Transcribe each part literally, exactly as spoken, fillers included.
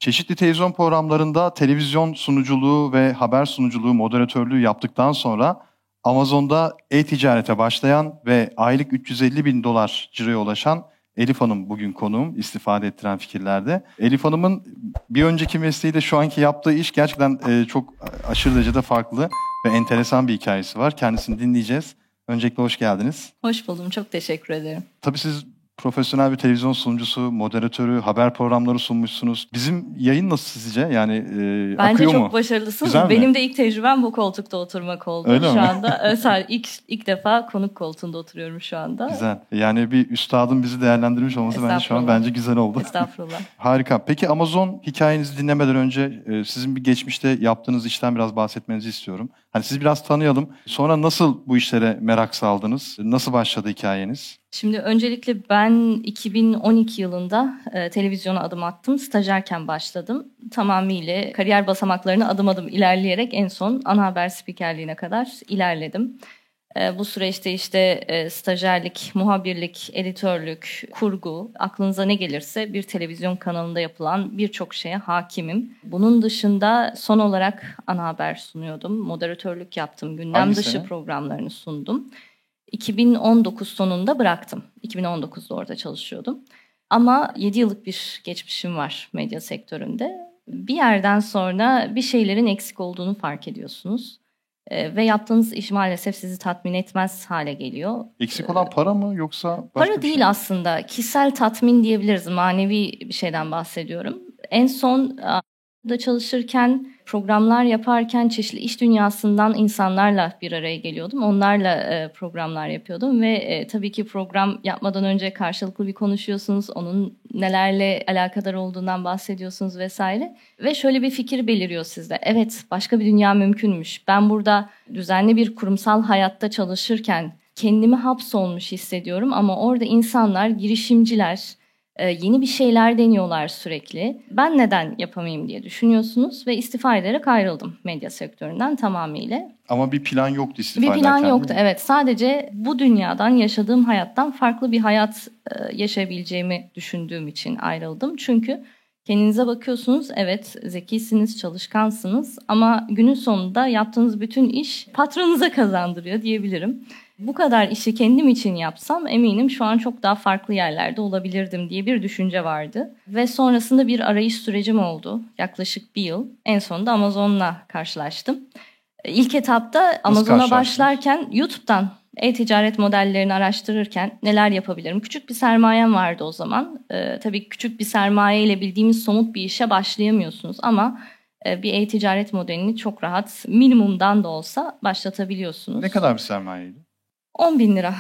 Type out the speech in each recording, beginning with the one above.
Çeşitli televizyon programlarında televizyon sunuculuğu ve haber sunuculuğu, moderatörlüğü yaptıktan sonra Amazon'da e-ticarete başlayan ve aylık üç yüz elli bin dolar ciroya ulaşan Elif Hanım bugün konuğum, istifade ettiren fikirlerde. Elif Hanım'ın bir önceki mesleği de şu anki yaptığı iş gerçekten e, çok aşırı derecede farklı ve enteresan bir hikayesi var. Kendisini dinleyeceğiz. Öncelikle hoş geldiniz. Hoş buldum, çok teşekkür ederim. Tabii siz profesyonel bir televizyon sunucusu, moderatörü, haber programları sunmuşsunuz. Bizim yayın nasıl sizce? Yani e, Bence akıyor mu? çok başarılısınız. Güzel Benim mi? de ilk tecrübem bu koltukta oturmak oldu. Öyle şu mi? anda sadece ilk ilk defa konuk koltuğunda oturuyorum şu anda. Güzel. Yani bir üstadın bizi değerlendirmiş olması bence şu an bence güzel oldu. Estağfurullah. Harika. Peki Amazon hikayenizi dinlemeden önce e, sizin bir geçmişte yaptığınız işten biraz bahsetmenizi istiyorum. Hani sizi biraz tanıyalım. Sonra nasıl bu işlere merak saldınız? Nasıl başladı hikayeniz? Şimdi öncelikle ben iki bin on iki yılında e, televizyona adım attım. Stajyerken başladım. Tamamıyla kariyer basamaklarını adım adım ilerleyerek en son ana haber spikerliğine kadar ilerledim. E, bu süreçte işte e, stajyerlik, muhabirlik, editörlük, kurgu, aklınıza ne gelirse bir televizyon kanalında yapılan birçok şeye hakimim. Bunun dışında son olarak ana haber sunuyordum. Moderatörlük yaptım. Gündem Hangi dışı sene? programlarını sundum. iki bin on dokuz sonunda bıraktım. iki bin on dokuzda orada çalışıyordum. Ama yedi yıllık bir geçmişim var medya sektöründe. Bir yerden sonra bir şeylerin eksik olduğunu fark ediyorsunuz. Ee, ve yaptığınız iş maalesef sizi tatmin etmez hale geliyor. Eksik olan para mı yoksa başka Para bir değil şey mi? aslında. Kişisel tatmin diyebiliriz. Manevi bir şeyden bahsediyorum. En son da çalışırken, programlar yaparken çeşitli iş dünyasından insanlarla bir araya geliyordum. Onlarla e, programlar yapıyordum ve e, tabii ki program yapmadan önce karşılıklı bir konuşuyorsunuz. Onun nelerle alakadar olduğundan bahsediyorsunuz vesaire. Ve şöyle bir fikir beliriyor sizde. Evet, başka bir dünya mümkünmüş. Ben burada düzenli bir kurumsal hayatta çalışırken kendimi hapsolmuş hissediyorum ama orada insanlar, girişimciler, yeni bir şeyler deniyorlar sürekli. Ben neden yapamayayım diye düşünüyorsunuz ve istifa ederek ayrıldım medya sektöründen tamamıyla. Ama bir plan yoktu istifa Bir plan ederken, yoktu, değil mi? evet. Sadece bu dünyadan, yaşadığım hayattan farklı bir hayat yaşayabileceğimi düşündüğüm için ayrıldım. Çünkü kendinize bakıyorsunuz, evet zekisiniz, çalışkansınız ama günün sonunda yaptığınız bütün iş patronunuza kazandırıyor diyebilirim. Bu kadar işi kendim için yapsam eminim şu an çok daha farklı yerlerde olabilirdim diye bir düşünce vardı. Ve sonrasında bir arayış sürecim oldu. Yaklaşık bir yıl. En sonunda Amazon'la karşılaştım. İlk etapta Amazon'a başlarken YouTube'dan e-ticaret modellerini araştırırken neler yapabilirim? Küçük bir sermayem vardı o zaman. Ee, tabii küçük bir sermaye ile bildiğimiz somut bir işe başlayamıyorsunuz ama e, bir e-ticaret modelini çok rahat minimumdan da olsa başlatabiliyorsunuz. Ne kadar bir sermayeydi? on bin lira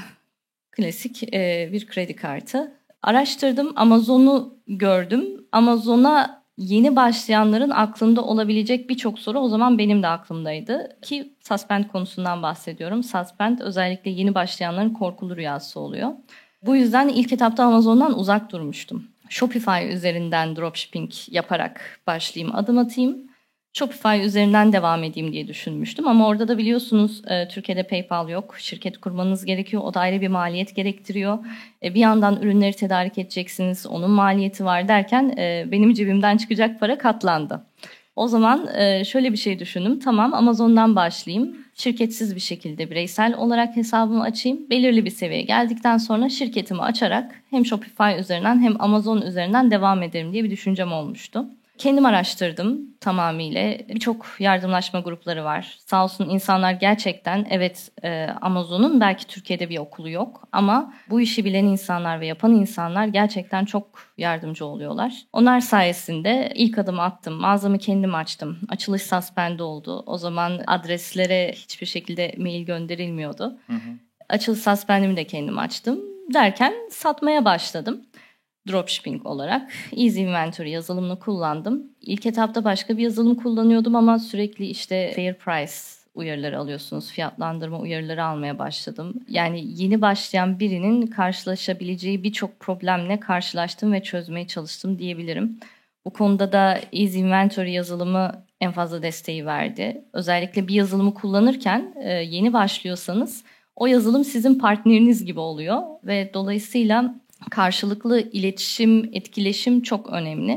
klasik e, bir kredi kartı. Araştırdım, Amazon'u gördüm. Amazon'a yeni başlayanların aklında olabilecek birçok soru o zaman benim de aklımdaydı. Ki suspend konusundan bahsediyorum. Suspend özellikle yeni başlayanların korkulu rüyası oluyor. Bu yüzden ilk etapta Amazon'dan uzak durmuştum. Shopify üzerinden dropshipping yaparak başlayayım, adım atayım. Shopify üzerinden devam edeyim diye düşünmüştüm ama orada da biliyorsunuz e, Türkiye'de PayPal yok. Şirket kurmanız gerekiyor. O da ayrı bir maliyet gerektiriyor. E, bir yandan ürünleri tedarik edeceksiniz. Onun maliyeti var derken e, benim cebimden çıkacak para katlandı. O zaman e, şöyle bir şey düşündüm. Tamam, Amazon'dan başlayayım. Şirketsiz bir şekilde bireysel olarak hesabımı açayım. Belirli bir seviyeye geldikten sonra şirketimi açarak hem Shopify üzerinden hem Amazon üzerinden devam ederim diye bir düşüncem olmuştu. Kendim araştırdım tamamıyla. Birçok yardımlaşma grupları var. Sağ olsun insanlar gerçekten evet e, Amazon'un belki Türkiye'de bir okulu yok ama bu işi bilen insanlar ve yapan insanlar gerçekten çok yardımcı oluyorlar. Onlar sayesinde ilk adımı attım. Mağazamı kendim açtım. Açılış suspend oldu. O zaman adreslere hiçbir şekilde mail gönderilmiyordu. Hı hı. Açılış suspendimi de kendim açtım. Derken satmaya başladım. Dropshipping olarak Easy Inventory yazılımını kullandım. İlk etapta başka bir yazılım kullanıyordum ama sürekli işte Fair Price uyarıları alıyorsunuz. Fiyatlandırma uyarıları almaya başladım. Yani yeni başlayan birinin karşılaşabileceği birçok problemle karşılaştım ve çözmeye çalıştım diyebilirim. Bu konuda da Easy Inventory yazılımı en fazla desteği verdi. Özellikle bir yazılımı kullanırken yeni başlıyorsanız o yazılım sizin partneriniz gibi oluyor ve dolayısıyla karşılıklı iletişim, etkileşim çok önemli.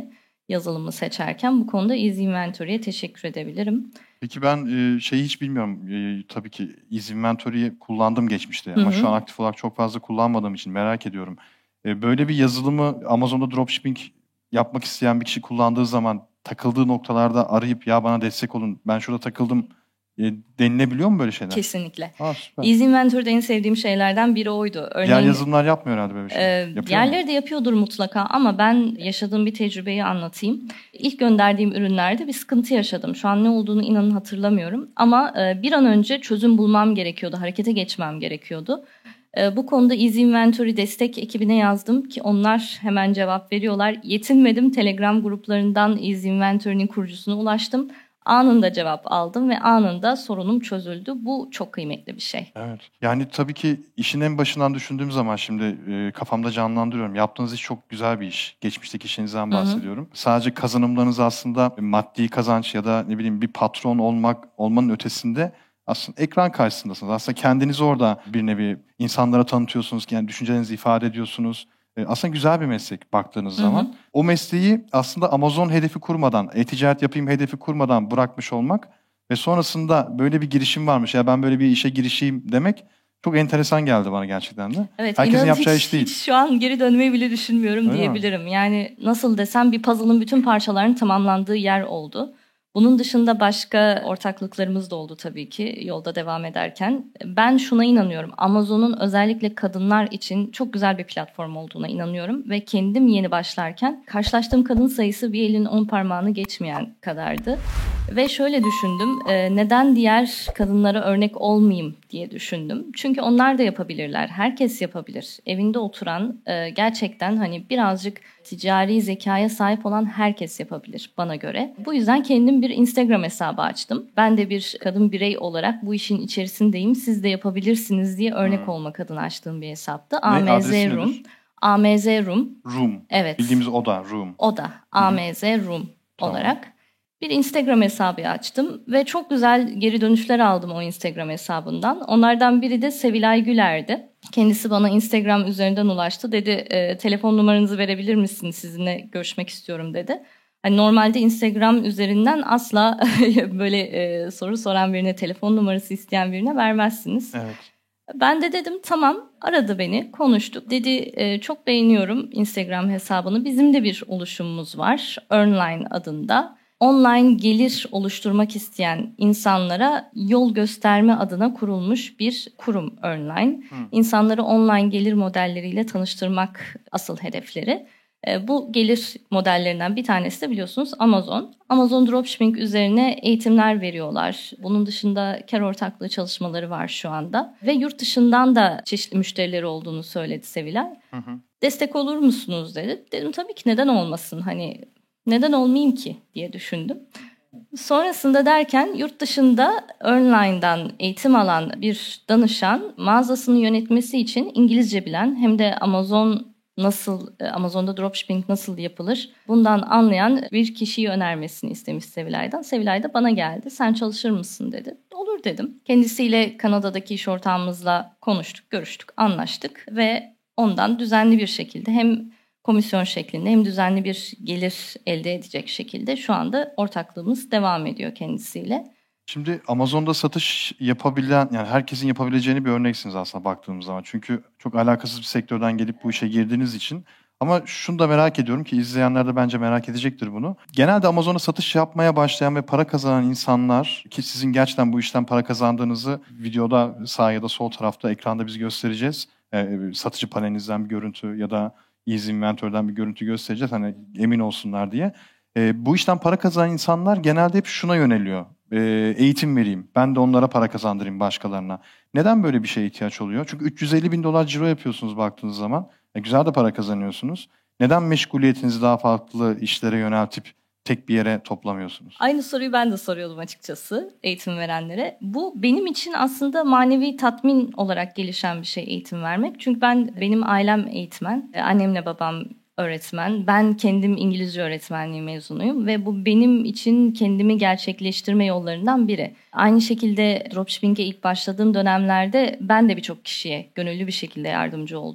yazılımı seçerken bu konuda Easy Inventory'ye teşekkür edebilirim. Peki ben e, şeyi hiç bilmiyorum. E, tabii ki Easy Inventory'yi kullandım geçmişte Hı ama hı. şu an aktif olarak çok fazla kullanmadığım için merak ediyorum. E, böyle bir yazılımı Amazon'da dropshipping yapmak isteyen bir kişi kullandığı zaman takıldığı noktalarda arayıp ya bana destek olun ben şurada takıldım e, denilebiliyor mu böyle şeyler? Kesinlikle. Aa, süper. Easy Inventory'de en sevdiğim şeylerden biri oydu. Diğer Örneğin yazılımlar yapmıyor herhalde böyle bir şey. e, Yapıyor mu? diğerleri de yapıyordur mutlaka ama ben yaşadığım bir tecrübeyi anlatayım. İlk gönderdiğim ürünlerde bir sıkıntı yaşadım. Şu an ne olduğunu inanın hatırlamıyorum. Ama e, bir an önce çözüm bulmam gerekiyordu, harekete geçmem gerekiyordu. E, bu konuda Easy Inventory destek ekibine yazdım ki onlar hemen cevap veriyorlar. Yetinmedim, Telegram gruplarından Easy Inventory'nin kurucusuna ulaştım. Anında cevap aldım ve anında sorunum çözüldü. Bu çok kıymetli bir şey. Evet. Yani tabii ki işin en başından düşündüğüm zaman şimdi e, kafamda canlandırıyorum. Yaptığınız iş çok güzel bir iş. Geçmişteki işinizden Hı hı. bahsediyorum. Sadece kazanımlarınız aslında maddi kazanç ya da ne bileyim bir patron olmak olmanın ötesinde aslında ekran karşısındasınız. Aslında kendinizi orada bir nevi insanlara tanıtıyorsunuz. Yani düşüncelerinizi ifade ediyorsunuz. E, aslında güzel bir meslek baktığınız Hı hı. zaman. O mesleği aslında Amazon hedefi kurmadan, e-ticaret yapayım hedefi kurmadan bırakmış olmak ve sonrasında böyle bir girişim varmış ya ben böyle bir işe girişeyim demek çok enteresan geldi bana gerçekten de. Evet, Herkesin inanın yapacağı hiç, iş değil. hiç şu an geri dönmeyi bile düşünmüyorum Öyle mi? diyebilirim. Yani nasıl desem bir puzzle'ın bütün parçalarının tamamlandığı yer oldu. Bunun dışında başka ortaklıklarımız da oldu tabii ki yolda devam ederken. Ben şuna inanıyorum. Amazon'un özellikle kadınlar için çok güzel bir platform olduğuna inanıyorum. Ve kendim yeni başlarken karşılaştığım kadın sayısı bir elin on parmağını geçmeyen kadardı. Ve şöyle düşündüm, e, neden diğer kadınlara örnek olmayayım diye düşündüm. Çünkü onlar da yapabilirler, herkes yapabilir. Evinde oturan, e, gerçekten hani birazcık ticari zekaya sahip olan herkes yapabilir bana göre. Bu yüzden kendim bir Instagram hesabı açtım. Ben de bir kadın birey olarak bu işin içerisindeyim, siz de yapabilirsiniz diye örnek Hmm. olmak adına açtığım bir hesaptı. Ne? A M Z Adresi Room. nedir? A M Z Room. Room. Evet. Bildiğimiz oda, room. Oda. A M Z Room Tamam. olarak. Bir Instagram hesabı açtım ve çok güzel geri dönüşler aldım o Instagram hesabından. Onlardan biri de Sevilay Güler'di. Kendisi bana Instagram üzerinden ulaştı. Dedi e, telefon numaranızı verebilir misiniz? Sizinle görüşmek istiyorum dedi. Hani normalde Instagram üzerinden asla böyle e, soru soran birine, telefon numarası isteyen birine vermezsiniz. Evet. Ben de dedim tamam, aradı beni, konuştuk. Dedi e, çok beğeniyorum Instagram hesabını. Bizim de bir oluşumumuz var, Earnline adında. Online gelir oluşturmak isteyen insanlara yol gösterme adına kurulmuş bir kurum Earnline. Hı. İnsanları online gelir modelleriyle tanıştırmak asıl hedefleri. E, bu gelir modellerinden bir tanesi de biliyorsunuz Amazon. Amazon Dropshipping üzerine eğitimler veriyorlar. Bunun dışında kar ortaklığı çalışmaları var şu anda. Ve yurt dışından da çeşitli müşterileri olduğunu söyledi Sevilay. Hı hı. Destek olur musunuz dedi. Dedim tabii ki, neden olmasın, hani neden olmayayım ki diye düşündüm. Sonrasında derken yurt dışında Earnline'dan eğitim alan bir danışan mağazasını yönetmesi için İngilizce bilen hem de Amazon nasıl, Amazon'da dropshipping nasıl yapılır bundan anlayan bir kişiyi önermesini istemiş Sevilay'dan. Sevilay da bana geldi. Sen çalışır mısın dedi. Olur dedim. Kendisiyle Kanada'daki iş ortağımızla konuştuk, görüştük, anlaştık ve ondan düzenli bir şekilde hem komisyon şeklinde hem düzenli bir gelir elde edecek şekilde şu anda ortaklığımız devam ediyor kendisiyle. Şimdi Amazon'da satış yapabilen, yani herkesin yapabileceğini bir örneksiniz aslında baktığımız zaman. Çünkü çok alakasız bir sektörden gelip bu işe girdiğiniz için. Ama şunu da merak ediyorum ki izleyenler de bence merak edecektir bunu. Genelde Amazon'a satış yapmaya başlayan ve para kazanan insanlar, ki sizin gerçekten bu işten para kazandığınızı videoda sağ ya da sol tarafta ekranda biz göstereceğiz. Ee, satıcı panelinizden bir görüntü ya da Easy Inventory'den bir görüntü göstereceğiz. Hani emin olsunlar diye. Ee, bu işten para kazanan insanlar genelde hep şuna yöneliyor. Ee, eğitim vereyim. Ben de onlara para kazandırayım başkalarına. Neden böyle bir şeye ihtiyaç oluyor? Çünkü üç yüz elli bin dolar ciro yapıyorsunuz baktığınız zaman. E, güzel de para kazanıyorsunuz. Neden meşguliyetinizi daha farklı işlere yöneltip tek bir yere toplamıyorsunuz? Aynı soruyu ben de soruyordum açıkçası eğitim verenlere. Bu benim için aslında manevi tatmin olarak gelişen bir şey, eğitim vermek. Çünkü ben, benim ailem eğitmen, annemle babam öğretmen. Ben kendim İngilizce öğretmenliği mezunuyum ve bu benim için kendimi gerçekleştirme yollarından biri. Aynı şekilde dropshipping'e ilk başladığım dönemlerde ben de birçok kişiye gönüllü bir şekilde yardımcı oldum.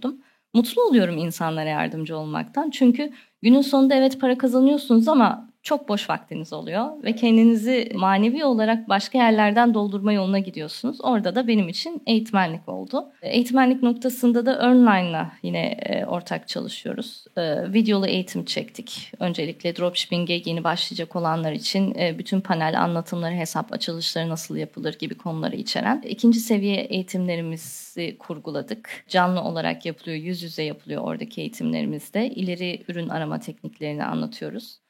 mutlu oluyorum insanlara yardımcı olmaktan. Çünkü günün sonunda evet para kazanıyorsunuz ama çok boş vaktiniz oluyor ve kendinizi manevi olarak başka yerlerden doldurma yoluna gidiyorsunuz. Orada da benim için eğitmenlik oldu. Eğitmenlik noktasında da Earnline'la yine e, ortak çalışıyoruz. E, videolu eğitim çektik. Öncelikle dropshipping'e yeni başlayacak olanlar için e, bütün panel anlatımları, hesap açılışları nasıl yapılır gibi konuları içeren. İkinci seviye eğitimlerimizi kurguladık. Canlı olarak yapılıyor, yüz yüze yapılıyor oradaki eğitimlerimizde. İleri ürün arama tekniklerini anlatıyoruz.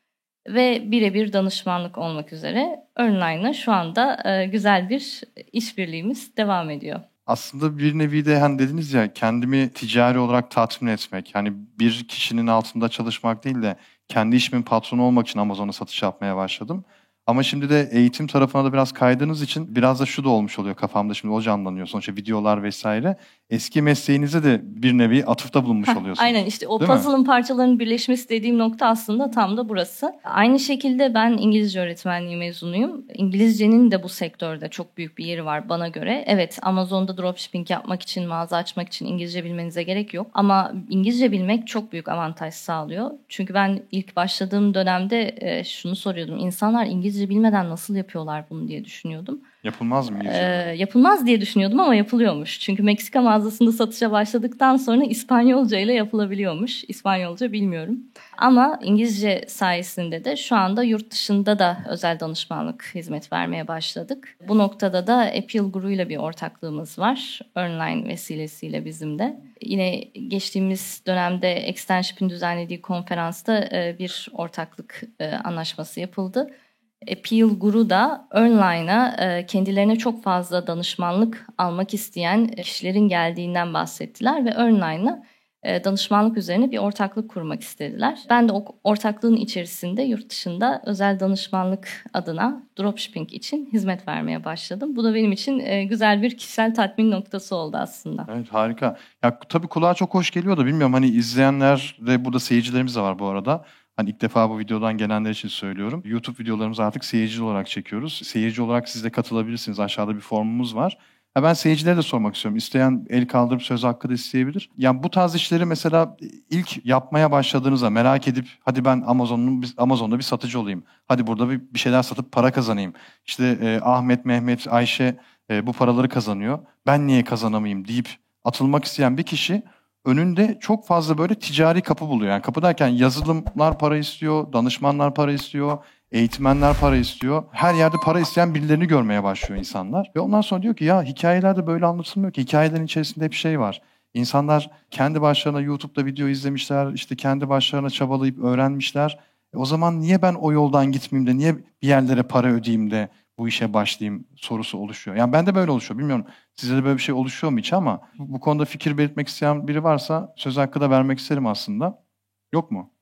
Ve birebir danışmanlık olmak üzere Earnline'la şu anda e, güzel bir işbirliğimiz devam ediyor. Aslında bir nevi de hani dediniz ya, kendimi ticari olarak tatmin etmek. Yani bir kişinin altında çalışmak değil de kendi işimin patronu olmak için Amazon'a satış yapmaya başladım. Ama şimdi de eğitim tarafına da biraz kaydığınız için biraz da şu da olmuş oluyor kafamda, şimdi o canlanıyor. Sonuçta videolar vesaire. Eski mesleğinize de bir nevi atıfta bulunmuş Heh, oluyorsunuz. aynen işte o Değil mi? puzzle'ın parçalarının birleşmesi dediğim nokta aslında tam da burası. Aynı şekilde ben İngilizce öğretmenliği mezunuyum. İngilizcenin de bu sektörde çok büyük bir yeri var bana göre. Evet, Amazon'da dropshipping yapmak için, mağaza açmak için İngilizce bilmenize gerek yok. Ama İngilizce bilmek çok büyük avantaj sağlıyor. Çünkü ben ilk başladığım dönemde e, şunu soruyordum. İnsanlar İngilizce bilmeden nasıl yapıyorlar bunu diye düşünüyordum. Yapılmaz mı İngilizce? Ee, yapılmaz diye düşünüyordum ama yapılıyormuş. Çünkü Meksika mağazasında satışa başladıktan sonra İspanyolca ile yapılabiliyormuş. İspanyolca bilmiyorum. Ama İngilizce sayesinde de şu anda yurt dışında da özel danışmanlık hizmet vermeye başladık. Bu noktada da Appeal Guru ile bir ortaklığımız var. Earnline vesilesiyle bizim de. Yine geçtiğimiz dönemde Extenship'in düzenlediği konferansta bir ortaklık anlaşması yapıldı. Appeal Guru da Earnline'a kendilerine çok fazla danışmanlık almak isteyen kişilerin geldiğinden bahsettiler ve Earnline'a danışmanlık üzerine bir ortaklık kurmak istediler. Ben de o ortaklığın içerisinde yurt dışında özel danışmanlık adına dropshipping için hizmet vermeye başladım. Bu da benim için güzel bir kişisel tatmin noktası oldu aslında. Evet, harika. Ya tabii kulağa çok hoş geliyor da bilmiyorum, hani izleyenler de burada seyircilerimiz de var bu arada. Hani ilk defa bu videodan gelenler için söylüyorum. YouTube videolarımızı artık seyirci olarak çekiyoruz. Seyirci olarak siz de katılabilirsiniz. Aşağıda bir formumuz var. Ha, ben seyircilere de sormak istiyorum. İsteyen el kaldırıp söz hakkı da isteyebilir. Yani bu tarz işleri mesela ilk yapmaya başladığınızda merak edip hadi ben Amazon'un Amazon'da bir satıcı olayım. Hadi burada bir, bir şeyler satıp para kazanayım. İşte e, Ahmet, Mehmet, Ayşe e, bu paraları kazanıyor. Ben niye kazanamayayım deyip atılmak isteyen bir kişi önünde çok fazla böyle ticari kapı buluyor. Yani kapı derken yazılımlar para istiyor, danışmanlar para istiyor, eğitmenler para istiyor. Her yerde para isteyen birilerini görmeye başlıyor insanlar. Ve ondan sonra diyor ki ya hikayelerde böyle anlatılmıyor ki. Hikayelerin içerisinde hep şey var. İnsanlar kendi başlarına YouTube'da video izlemişler, işte kendi başlarına çabalayıp öğrenmişler. E o zaman niye ben o yoldan gitmeyeyim de, niye bir yerlere para ödeyeyim de bu işe başlayayım sorusu oluşuyor. Yani bende böyle oluşuyor. Bilmiyorum size de böyle bir şey oluşuyor mu hiç, ama bu konuda fikir belirtmek isteyen biri varsa söz hakkı da vermek isterim aslında. Yok mu?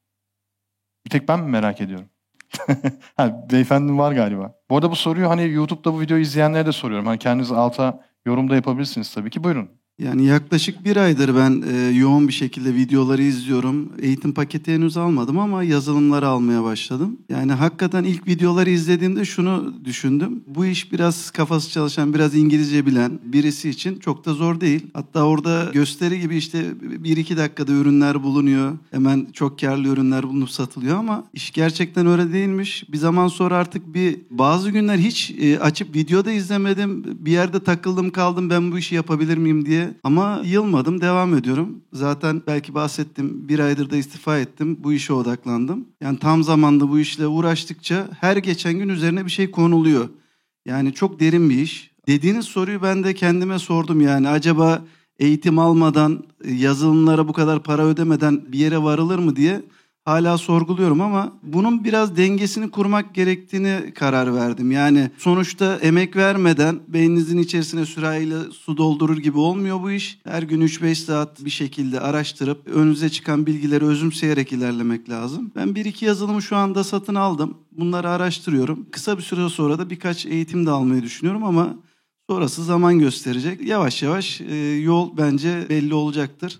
Bir tek ben mi merak ediyorum? Ha, beyefendinin var galiba. Bu arada bu soruyu hani YouTube'da bu videoyu izleyenlere de soruyorum. Hani kendiniz alta yorumda yapabilirsiniz tabii ki. Buyurun. Yani yaklaşık bir aydır ben e, yoğun bir şekilde videoları izliyorum. Eğitim paketi henüz almadım ama yazılımları almaya başladım. Yani hakikaten ilk videoları izlediğimde şunu düşündüm. Bu iş biraz kafası çalışan, biraz İngilizce bilen birisi için çok da zor değil. Hatta orada gösteri gibi işte bir iki dakikada ürünler bulunuyor. Hemen çok karlı ürünler bulunup satılıyor ama iş gerçekten öyle değilmiş. Bir zaman sonra artık bir bazı günler hiç e, açıp videoda izlemedim. Bir yerde takıldım kaldım, ben bu işi yapabilir miyim diye. Ama yılmadım, devam ediyorum. Zaten belki bahsettim, bir aydır da istifa ettim. Bu işe odaklandım. Yani tam zamanlı bu işle uğraştıkça her geçen gün üzerine bir şey konuluyor. Yani çok derin bir iş. Dediğiniz soruyu ben de kendime sordum yani. Acaba eğitim almadan, yazılımlara bu kadar para ödemeden bir yere varılır mı diye hala sorguluyorum ama bunun biraz dengesini kurmak gerektiğini karar verdim. Yani sonuçta emek vermeden beyninizin içerisine sürahiyle su doldurur gibi olmuyor bu iş. Her gün üç beş saat bir şekilde araştırıp önünüze çıkan bilgileri özümseyerek ilerlemek lazım. Ben bir iki yazılımı şu anda satın aldım. Bunları araştırıyorum. Kısa bir süre sonra da birkaç eğitim de almayı düşünüyorum ama sonrası zaman gösterecek. Yavaş yavaş e, yol bence belli olacaktır.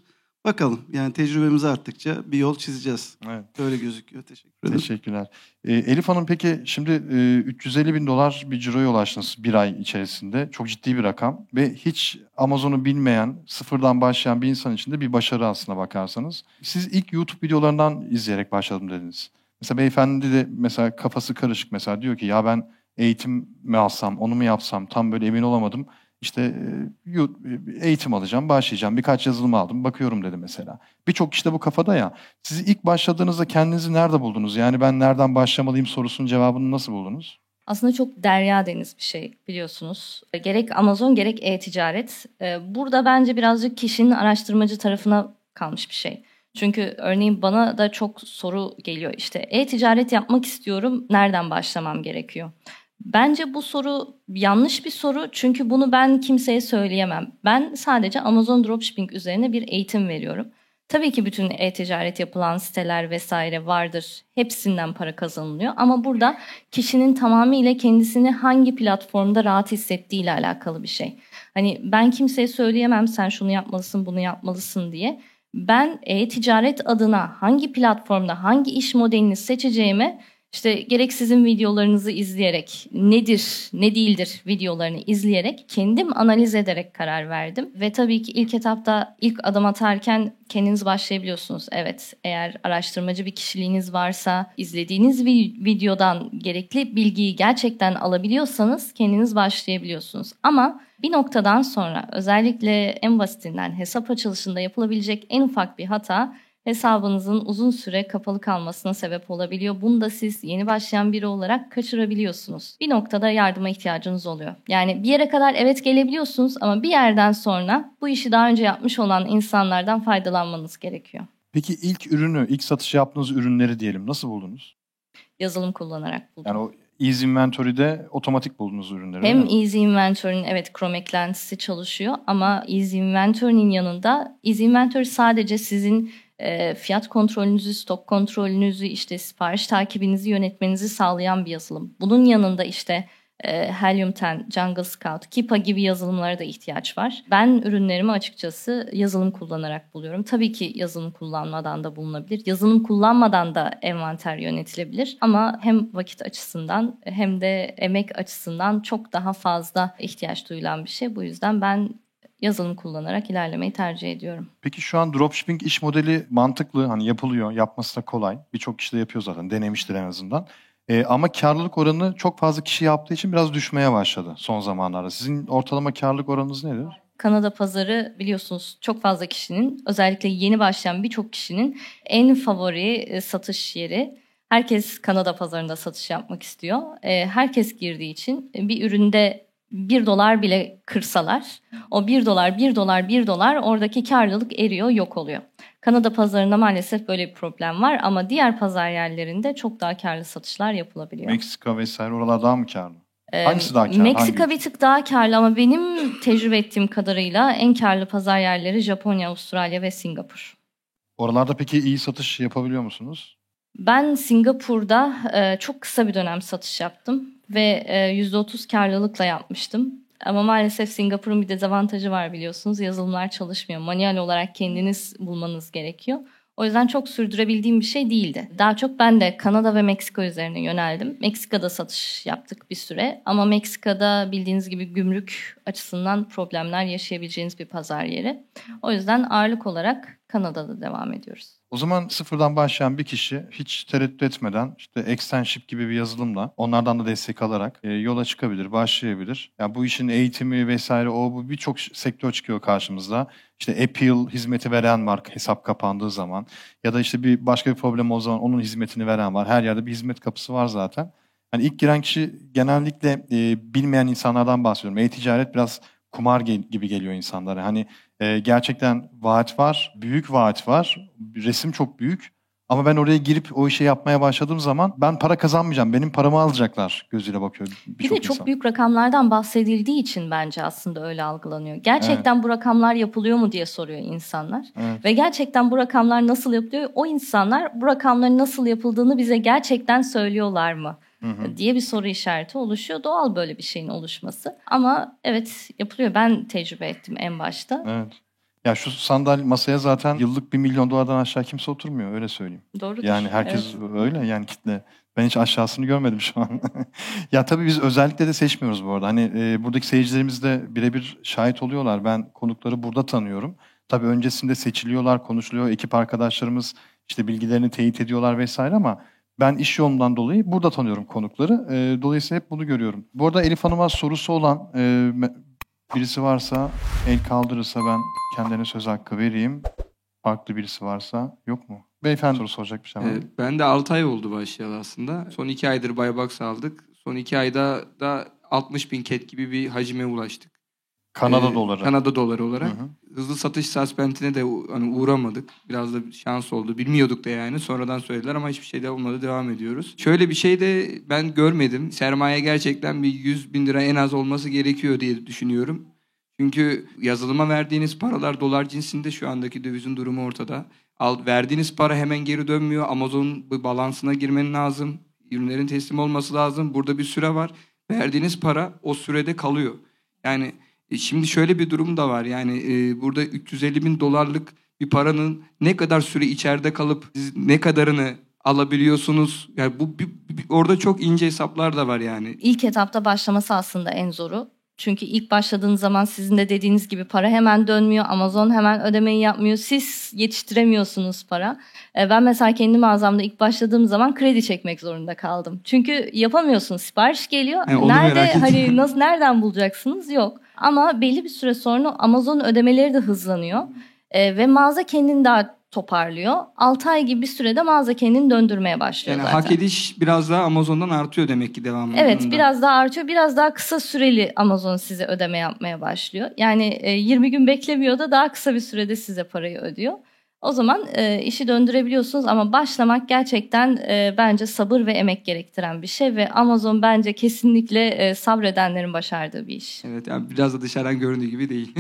Bakalım yani tecrübemiz arttıkça bir yol çizeceğiz. Evet. Öyle gözüküyor. Teşekkür ederim. Teşekkürler. Ee, Elif Hanım peki şimdi e, üç yüz elli bin dolar bir ciroya ulaştınız bir ay içerisinde. Çok ciddi bir rakam ve hiç Amazon'u bilmeyen, sıfırdan başlayan bir insan için de bir başarı aslına bakarsanız. Siz ilk YouTube videolarından izleyerek başladım dediniz. Mesela beyefendi de mesela kafası karışık mesela diyor ki ya ben eğitim mi alsam, onu mu yapsam tam böyle emin olamadım. İşte e, yu- eğitim alacağım, başlayacağım. Birkaç yazılım aldım, bakıyorum dedi mesela. Birçok kişi de bu kafada ya. Siz ilk başladığınızda kendinizi nerede buldunuz? Yani ben nereden başlamalıyım sorusunun cevabını nasıl buldunuz? Aslında çok derya deniz bir şey biliyorsunuz. Gerek Amazon gerek e-ticaret. Ee, Burada bence birazcık kişinin araştırmacı tarafına kalmış bir şey. Çünkü örneğin bana da çok soru geliyor. İşte e-ticaret yapmak istiyorum, nereden başlamam gerekiyor? Bence bu soru yanlış bir soru çünkü bunu ben kimseye söyleyemem. Ben sadece Amazon Dropshipping üzerine bir eğitim veriyorum. Tabii ki bütün e-ticaret yapılan siteler vesaire vardır. Hepsinden para kazanılıyor ama burada kişinin tamamıyla kendisini hangi platformda rahat hissettiği ile alakalı bir şey. Hani ben kimseye söyleyemem sen şunu yapmalısın, bunu yapmalısın diye. Ben e-ticaret adına hangi platformda hangi iş modelini seçeceğime işte gerek sizin videolarınızı izleyerek nedir, ne değildir videolarını izleyerek kendim analiz ederek karar verdim. Ve tabii ki ilk etapta ilk adım atarken kendiniz başlayabiliyorsunuz. Evet, eğer araştırmacı bir kişiliğiniz varsa, izlediğiniz vi- videodan gerekli bilgiyi gerçekten alabiliyorsanız kendiniz başlayabiliyorsunuz. Ama bir noktadan sonra özellikle en basitinden hesap açılışında yapılabilecek en ufak bir hata hesabınızın uzun süre kapalı kalmasına sebep olabiliyor. Bunu da siz yeni başlayan biri olarak kaçırabiliyorsunuz. Bir noktada yardıma ihtiyacınız oluyor. Yani bir yere kadar evet gelebiliyorsunuz ama bir yerden sonra bu işi daha önce yapmış olan insanlardan faydalanmanız gerekiyor. Peki ilk ürünü, ilk satış yaptığınız ürünleri diyelim nasıl buldunuz? Yazılım kullanarak buldum. Yani o Easy Inventory'de otomatik buldunuz ürünleri. Hem değil mi? Easy Inventory'nin evet Chrome eklentisi çalışıyor ama Easy Inventory'nin yanında Easy Inventory sadece sizin e, fiyat kontrolünüzü, stok kontrolünüzü, işte sipariş takibinizi yönetmenizi sağlayan bir yazılım. Bunun yanında işte e, Helium on, Jungle Scout, Kipa gibi yazılımlara da ihtiyaç var. Ben ürünlerimi açıkçası yazılım kullanarak buluyorum. Tabii ki yazılım kullanmadan da bulunabilir. Yazılım kullanmadan da envanter yönetilebilir. Ama hem vakit açısından hem de emek açısından çok daha fazla ihtiyaç duyulan bir şey. Bu yüzden ben yazılım kullanarak ilerlemeyi tercih ediyorum. Peki şu an dropshipping iş modeli mantıklı, hani yapılıyor, yapması da kolay. Birçok kişi de yapıyor zaten, denemiştir en azından. Ee, ama karlılık oranı çok fazla kişi yaptığı için biraz düşmeye başladı son zamanlarda. Sizin ortalama karlılık oranınız nedir? Kanada pazarı biliyorsunuz çok fazla kişinin, özellikle yeni başlayan birçok kişinin en favori e, satış yeri. Herkes Kanada pazarında satış yapmak istiyor. E, herkes girdiği için bir üründe bir dolar bile kırsalar, o bir dolar, bir dolar, bir dolar oradaki karlılık eriyor, yok oluyor. Kanada pazarında maalesef böyle bir problem var ama diğer pazar yerlerinde çok daha karlı satışlar yapılabiliyor. Meksika vesaire, oralar daha mı karlı? Ee, Hangisi daha karlı? Meksika Hangi bir tık daha karlı ama benim tecrübe ettiğim kadarıyla en karlı pazar yerleri Japonya, Avustralya ve Singapur. Oralarda peki iyi satış yapabiliyor musunuz? Ben Singapur'da e, çok kısa bir dönem satış yaptım ve e, yüzde otuz karlılıkla yapmıştım. Ama maalesef Singapur'un bir dezavantajı var biliyorsunuz. Yazılımlar çalışmıyor. Manuel olarak kendiniz bulmanız gerekiyor. O yüzden çok sürdürebildiğim bir şey değildi. Daha çok ben de Kanada ve Meksika üzerine yöneldim. Meksika'da satış yaptık bir süre. Ama Meksika'da bildiğiniz gibi gümrük açısından problemler yaşayabileceğiniz bir pazar yeri. O yüzden ağırlık olarak Kanada'da devam ediyoruz. O zaman sıfırdan başlayan bir kişi hiç tereddüt etmeden işte Extenship gibi bir yazılımla, onlardan da destek alarak e, yola çıkabilir, başlayabilir. Ya bu işin eğitimi vesaire, o bu birçok sektör çıkıyor karşımızda. İşte Appeal hizmeti veren var hesap kapandığı zaman, ya da işte bir başka bir problem olduğu zaman onun hizmetini veren var. Her yerde bir hizmet kapısı var zaten. Hani ilk giren kişi genellikle e, bilmeyen insanlardan bahsediyorum. E-ticaret biraz kumar gel- gibi geliyor insanlara. Hani e, gerçekten vaat var, büyük vaat var, resim çok büyük. Ama ben oraya girip o işi yapmaya başladığım zaman ben para kazanmayacağım, benim paramı alacaklar gözüyle bakıyor Bir birçok de çok insan. büyük rakamlardan bahsedildiği için bence aslında öyle algılanıyor. Gerçekten bu rakamlar yapılıyor mu diye soruyor insanlar. Evet. Ve gerçekten bu rakamlar nasıl yapılıyor? O insanlar bu rakamların nasıl yapıldığını bize gerçekten söylüyorlar mı? Hı hı. diye bir soru işareti oluşuyor. Doğal böyle bir şeyin oluşması. Ama evet yapılıyor. Ben tecrübe ettim en başta. Evet. Ya şu sandalye masaya zaten yıllık bir milyon dolardan aşağı kimse oturmuyor, öyle söyleyeyim. Doğrudur. Yani herkes Evet. öyle yani kitle. Ben hiç aşağısını görmedim şu an. Ya tabii biz özellikle de seçmiyoruz bu arada. Hani e, buradaki seyircilerimiz de birebir şahit oluyorlar. Ben konukları burada tanıyorum. Tabii öncesinde seçiliyorlar, konuşuluyor. Ekip arkadaşlarımız işte bilgilerini teyit ediyorlar vesaire ama ben iş yoğunluğundan dolayı burada tanıyorum konukları. E, dolayısıyla hep bunu görüyorum. Bu arada Elif Hanım'a sorusu olan e, me- birisi varsa el kaldırırsa ben kendine söz hakkı vereyim. Farklı birisi varsa yok mu? Beyefendi soru soracak bir şey var mı? Evet, ben de altı ay oldu başlayalı aslında. Son iki aydır Buybox aldık. Son iki ayda da altmış bin cat gibi bir hacime ulaştık. Kanada Ee, doları. Kanada doları olarak. Hı hı. Hızlı satış suspendine de u- hani uğramadık. Biraz da şans oldu. Bilmiyorduk da yani. Sonradan söylediler ama hiçbir şey de olmadı. Devam ediyoruz. Şöyle bir şey de ben görmedim. Sermaye gerçekten bir yüz bin lira en az olması gerekiyor diye düşünüyorum. Çünkü yazılıma verdiğiniz paralar dolar cinsinde, şu andaki dövizin durumu ortada. Al, verdiğiniz para hemen geri dönmüyor. Amazon'un bir balansına girmen lazım. Ürünlerin teslim olması lazım. Burada bir süre var. Verdiğiniz para o sürede kalıyor. Yani e, şimdi şöyle bir durum da var. Yani e, burada üç yüz elli bin dolarlık bir paranın ne kadar süre içeride kalıp siz ne kadarını alabiliyorsunuz? Yani bu bir- bir- orada çok ince hesaplar da var yani. İlk etapta başlaması aslında en zoru. Çünkü ilk başladığınız zaman sizin de dediğiniz gibi para hemen dönmüyor. Amazon hemen ödemeyi yapmıyor. Siz yetiştiremiyorsunuz para. E, Ben mesela kendi mağazamda ilk başladığım zaman kredi çekmek zorunda kaldım. Çünkü yapamıyorsunuz. Sipariş geliyor. He, onu Nerede merak ettim. hani nasıl nereden bulacaksınız? Yok. Ama belli bir süre sonra Amazon ödemeleri de hızlanıyor. E, ve mağaza kendini daha toparlıyor. altı ay gibi bir sürede mağaza kendini döndürmeye başlıyor Yani zaten. hak ediş biraz daha Amazon'dan artıyor demek ki devamında. Evet, biraz daha artıyor. Biraz daha kısa süreli Amazon size ödeme yapmaya başlıyor. Yani e, yirmi gün beklemiyor da daha kısa bir sürede size parayı ödüyor. O zaman e, işi döndürebiliyorsunuz ama başlamak gerçekten e, bence sabır ve emek gerektiren bir şey ve Amazon bence kesinlikle e, sabredenlerin başardığı bir iş. Evet, yani biraz da dışarıdan göründüğü gibi değil.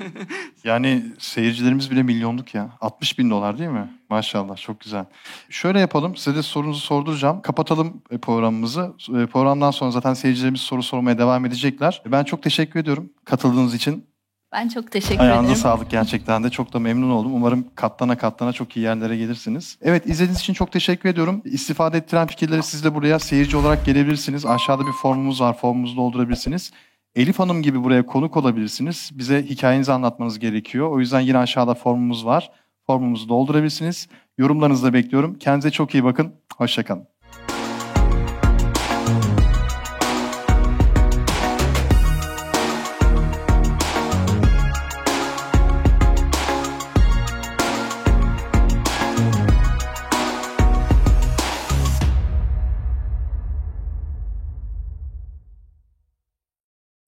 Yani seyircilerimiz bile milyonluk ya. altmış bin dolar değil mi? Maşallah, çok güzel. Şöyle yapalım, size de sorunuzu sorduracağım. Kapatalım e, programımızı. E, Programdan sonra zaten seyircilerimiz soru sormaya devam edecekler. Ben çok teşekkür ediyorum katıldığınız için. Ben çok teşekkür Ayağınıza ederim. sağlık gerçekten de. Çok da memnun oldum. Umarım katlana katlana çok iyi yerlere gelirsiniz. Evet, izlediğiniz için çok teşekkür ediyorum. İstifade ettiren fikirleri siz de buraya seyirci olarak gelebilirsiniz. Aşağıda bir formumuz var. Formumuzu doldurabilirsiniz. Elif Hanım gibi buraya konuk olabilirsiniz. Bize hikayenizi anlatmanız gerekiyor. O yüzden yine aşağıda formumuz var. Formumuzu doldurabilirsiniz. Yorumlarınızı da bekliyorum. Kendinize çok iyi bakın. Hoşça kalın.